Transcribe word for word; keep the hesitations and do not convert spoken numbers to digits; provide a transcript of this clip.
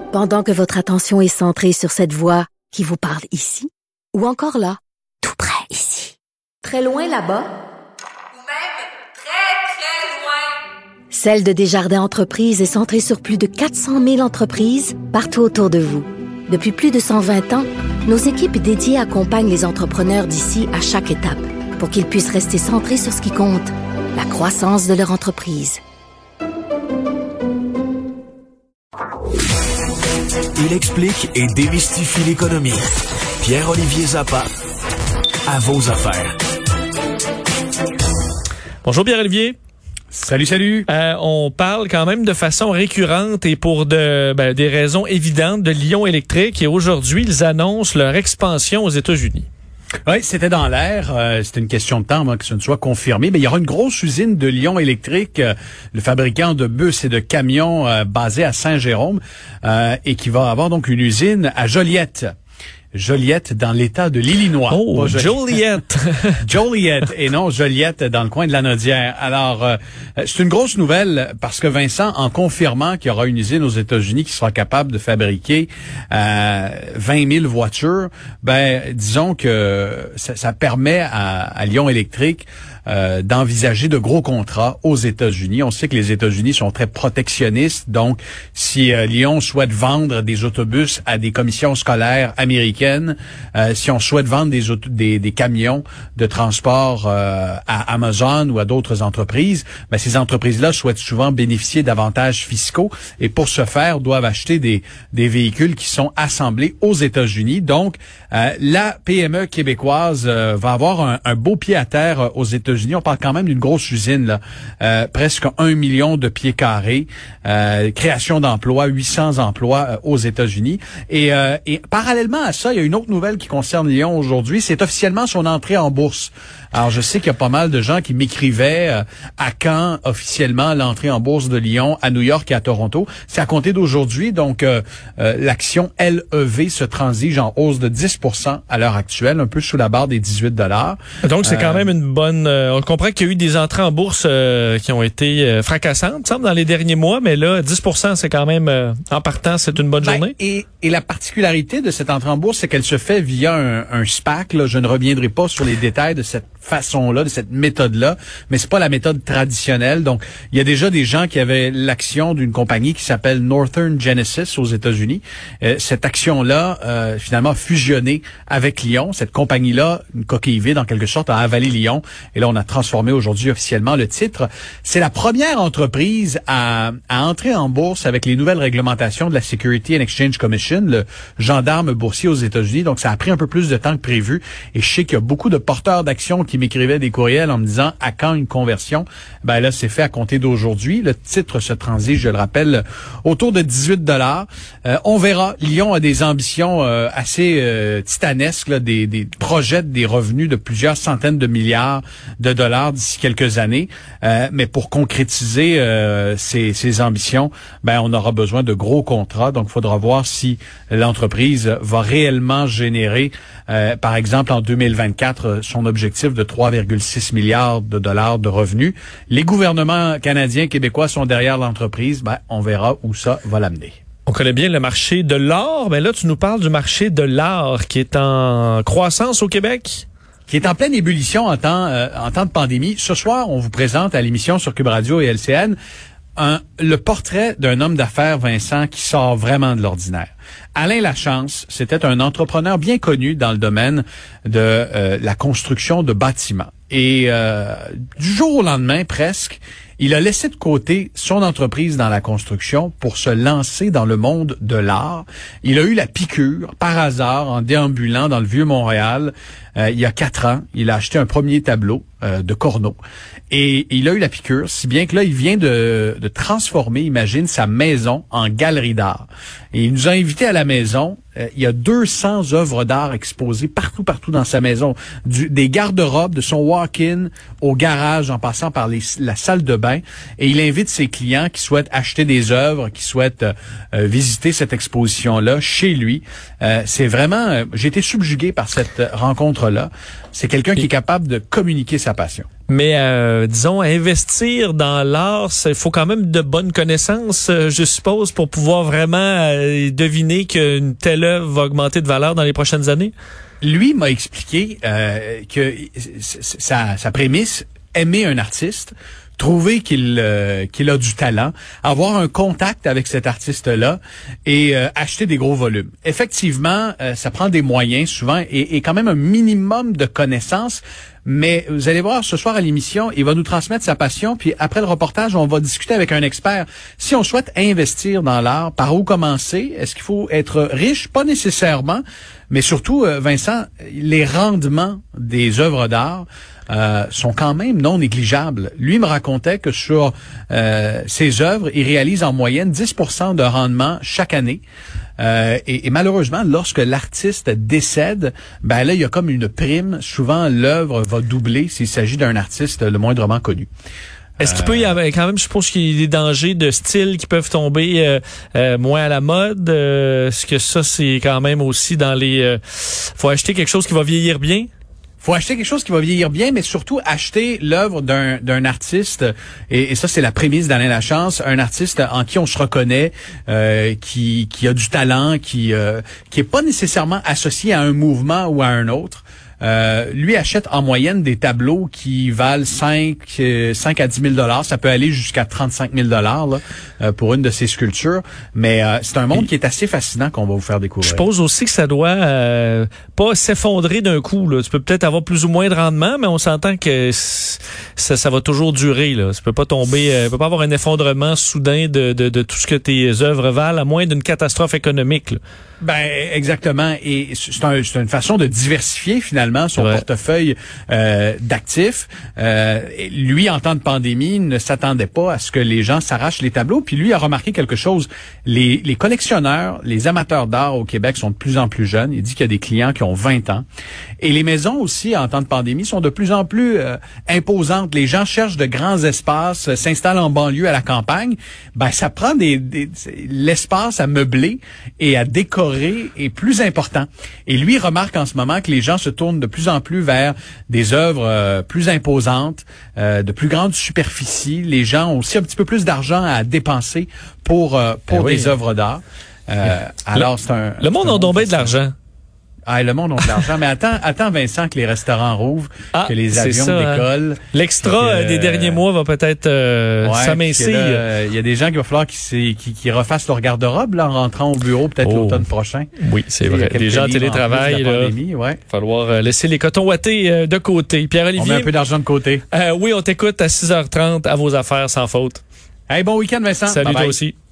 Pendant que votre attention est centrée sur cette voix qui vous parle ici, ou encore là, tout près ici, très loin là-bas, ou même très, très loin. Celle de Desjardins Entreprises est centrée sur plus de quatre cent mille entreprises partout autour de vous. Depuis plus de cent vingt ans, nos équipes dédiées accompagnent les entrepreneurs d'ici à chaque étape pour qu'ils puissent rester centrés sur ce qui compte, la croissance de leur entreprise. Il explique et démystifie l'économie. Pierre-Olivier Zappa, à vos affaires. Bonjour Pierre-Olivier. Salut, salut. Euh, on parle quand même de façon récurrente et pour de, ben, des raisons évidentes de Lion Électrique. Et aujourd'hui, ils annoncent leur expansion aux États-Unis. Oui, c'était dans l'air. Euh, c'était une question de temps avant que ce ne soit confirmé. Mais il y aura une grosse usine de Lion Électrique, euh, le fabricant de bus et de camions euh, basé à Saint-Jérôme, euh, et qui va avoir donc une usine à Joliette. Joliette dans l'État de l'Illinois. Oh, Joliette! Joliette, et non Joliette dans le coin de la Naudière. Alors, euh, c'est une grosse nouvelle parce que Vincent, en confirmant qu'il y aura une usine aux États-Unis qui sera capable de fabriquer euh, vingt mille voitures, ben disons que ça, ça permet à, à Lion Électrique Euh, d'envisager de gros contrats aux États-Unis. On sait que les États-Unis sont très protectionnistes, donc si euh, Lyon souhaite vendre des autobus à des commissions scolaires américaines, euh, si on souhaite vendre des, auto- des, des camions de transport euh, à Amazon ou à d'autres entreprises, ben, ces entreprises-là souhaitent souvent bénéficier d'avantages fiscaux et pour ce faire, doivent acheter des, des véhicules qui sont assemblés aux États-Unis. Donc, euh, la P M E québécoise euh, va avoir un, un beau pied à terre euh, aux États-Unis. On parle quand même d'une grosse usine, là, euh, presque un million de pieds carrés, euh, création d'emplois, huit cents emplois euh, aux États-Unis. Et, euh, et parallèlement à ça, il y a une autre nouvelle qui concerne Lyon aujourd'hui. C'est officiellement son entrée en bourse. Alors, je sais qu'il y a pas mal de gens qui m'écrivaient euh, à quand officiellement l'entrée en bourse de Lyon, à New York et à Toronto. C'est à compter d'aujourd'hui. Donc, euh, euh, l'action L E V se transige en hausse de dix pour cent à l'heure actuelle, un peu sous la barre des dix-huit dollars. Donc, c'est quand euh, même une bonne... Euh, on comprend qu'il y a eu des entrées en bourse euh, qui ont été euh, fracassantes, semble, dans les derniers mois, mais là, dix pour cent, c'est quand même, euh, en partant, c'est une bonne ben, journée. Et, et la particularité de cette entrée en bourse, c'est qu'elle se fait via un, un SPAC. Là. Je ne reviendrai pas sur les détails de cette façon-là, de cette méthode-là, mais c'est pas la méthode traditionnelle. Donc, il y a déjà des gens qui avaient l'action d'une compagnie qui s'appelle Northern Genesis aux États-Unis. Euh, cette action-là, euh, finalement, a fusionné avec Lyon. Cette compagnie-là, une coquille vide en quelque sorte, a avalé Lyon. Et là, on a transformé aujourd'hui officiellement le titre. C'est la première entreprise à, à entrer en bourse avec les nouvelles réglementations de la Security and Exchange Commission, le gendarme boursier aux États-Unis. Donc, ça a pris un peu plus de temps que prévu. Et je sais qu'il y a beaucoup de porteurs d'actions qui m'écrivaient des courriels en me disant à quand une conversion. Ben là, c'est fait à compter d'aujourd'hui. Le titre se transige, je le rappelle, autour de dix-huit dollars. Euh, on verra. Lyon a des ambitions euh, assez euh, titanesques, là, des, des projets, des revenus de plusieurs centaines de milliards de dollars d'ici quelques années. Euh, mais pour concrétiser euh, ces, ces ambitions, ben on aura besoin de gros contrats. Donc, il faudra voir si l'entreprise va réellement générer, euh, par exemple, en deux mille vingt-quatre, son objectif de trois virgule six milliards de dollars de revenus. Les gouvernements canadiens, québécois sont derrière l'entreprise. Ben, on verra où ça va l'amener. On connaît bien le marché de l'or, mais là, tu nous parles du marché de l'art qui est en croissance au Québec. Qui est en pleine ébullition en temps, euh, en temps de pandémie. Ce soir, on vous présente à l'émission sur Cube Radio et L C N un, le portrait d'un homme d'affaires, Vincent, qui sort vraiment de l'ordinaire. Alain Lachance, c'était un entrepreneur bien connu dans le domaine de euh, la construction de bâtiments. Et euh, du jour au lendemain, presque, il a laissé de côté son entreprise dans la construction pour se lancer dans le monde de l'art. Il a eu la piqûre, par hasard, en déambulant dans le Vieux-Montréal. Euh, il y a quatre ans, il a acheté un premier tableau euh, de Corneau. Et il a eu la piqûre, si bien que là, il vient de, de transformer, imagine, sa maison en galerie d'art. Et il nous a invités à la maison. Euh, il y a deux cents œuvres d'art exposées partout, partout dans sa maison. Du, des garde-robes, de son walk-in au garage, en passant par les, la salle de bain. Et il invite ses clients qui souhaitent acheter des œuvres, qui souhaitent euh, visiter cette exposition-là chez lui. Euh, c'est vraiment... Euh, j'ai été subjugué par cette rencontre contrat-là. C'est quelqu'un qui est capable de communiquer sa passion. Mais euh, disons, investir dans l'art, il faut quand même de bonnes connaissances, euh, je suppose, pour pouvoir vraiment euh, deviner qu'une telle œuvre va augmenter de valeur dans les prochaines années. Lui m'a expliqué euh, que sa, sa prémisse, aimer un artiste, trouver qu'il euh, qu'il a du talent, avoir un contact avec cet artiste-là et euh, acheter des gros volumes. Effectivement, euh, ça prend des moyens souvent et, et quand même un minimum de connaissances. Mais vous allez voir, ce soir à l'émission, il va nous transmettre sa passion, puis après le reportage, on va discuter avec un expert. Si on souhaite investir dans l'art, par où commencer? Est-ce qu'il faut être riche? Pas nécessairement, mais surtout, Vincent, les rendements des œuvres d'art euh, sont quand même non négligeables. Lui me racontait que sur euh, ses œuvres, il réalise en moyenne dix pour cent de rendement chaque année. Euh, et, et malheureusement, lorsque l'artiste décède, ben là, il y a comme une prime. Souvent, l'œuvre va doubler s'il s'agit d'un artiste le moindrement connu. Est-ce qu'il peut y avoir quand même, je suppose qu'il y a des dangers de style qui peuvent tomber euh, euh, moins à la mode? Euh, est-ce que ça, c'est quand même aussi dans les... Euh, faut acheter quelque chose qui va vieillir bien? Faut acheter quelque chose qui va vieillir bien, mais surtout acheter l'œuvre d'un d'un artiste. Et, et ça, c'est la prémisse d'Alain Lachance, un artiste en qui on se reconnaît, euh, qui qui a du talent, qui euh, qui est pas nécessairement associé à un mouvement ou à un autre. Euh, lui achète en moyenne des tableaux qui valent cinq à dix mille dollars. Ça peut aller jusqu'à trente-cinq mille dollars là, euh, pour une de ses sculptures. Mais euh, c'est un monde qui est assez fascinant qu'on va vous faire découvrir. Je suppose aussi que ça doit euh, pas s'effondrer d'un coup. Là. Tu peux peut-être avoir plus ou moins de rendement, mais on s'entend que ça, ça va toujours durer. Là. Ça peut pas tomber, euh, peut pas avoir un effondrement soudain de, de, de tout ce que tes œuvres valent, à moins d'une catastrophe économique. Là. Ben exactement. Et c'est, un, c'est une façon de diversifier finalement son ouais. portefeuille euh, d'actifs. Euh, lui, en temps de pandémie, ne s'attendait pas à ce que les gens s'arrachent les tableaux. Puis lui a remarqué quelque chose. Les, les collectionneurs, les amateurs d'art au Québec sont de plus en plus jeunes. Il dit qu'il y a des clients qui ont vingt ans. Et les maisons aussi, en temps de pandémie, sont de plus en plus euh, imposantes. Les gens cherchent de grands espaces, euh, s'installent en banlieue, à la campagne. Ben ça prend des, des l'espace à meubler et à décorer est plus important. Et lui remarque en ce moment que les gens se tournent de plus en plus vers des œuvres euh, plus imposantes, euh, de plus grande superficie. Les gens ont aussi un petit peu plus d'argent à dépenser pour euh, pour ben des oui. œuvres d'art. Euh, alors le, c'est un le monde a tombé de l'argent. Ah, le monde a de l'argent. Mais attends, attends, Vincent, que les restaurants rouvrent, ah, que les avions ça, décollent. Hein. L'extra euh, des derniers mois va peut-être euh, ouais, s'amincir. Il y a des gens qui va falloir qu'ils qui, qui refassent leur garde-robe là, en rentrant au bureau, peut-être oh. l'automne prochain. Oui, c'est vrai. Les gens en télétravail, il va ouais. falloir euh, laisser les cotons ouatés euh, de côté. Pierre-Olivier. On met un peu d'argent de côté. Euh, oui, on t'écoute à six heures trente à vos affaires sans faute. Hey, bon week-end, Vincent. Salut bye bye. toi aussi.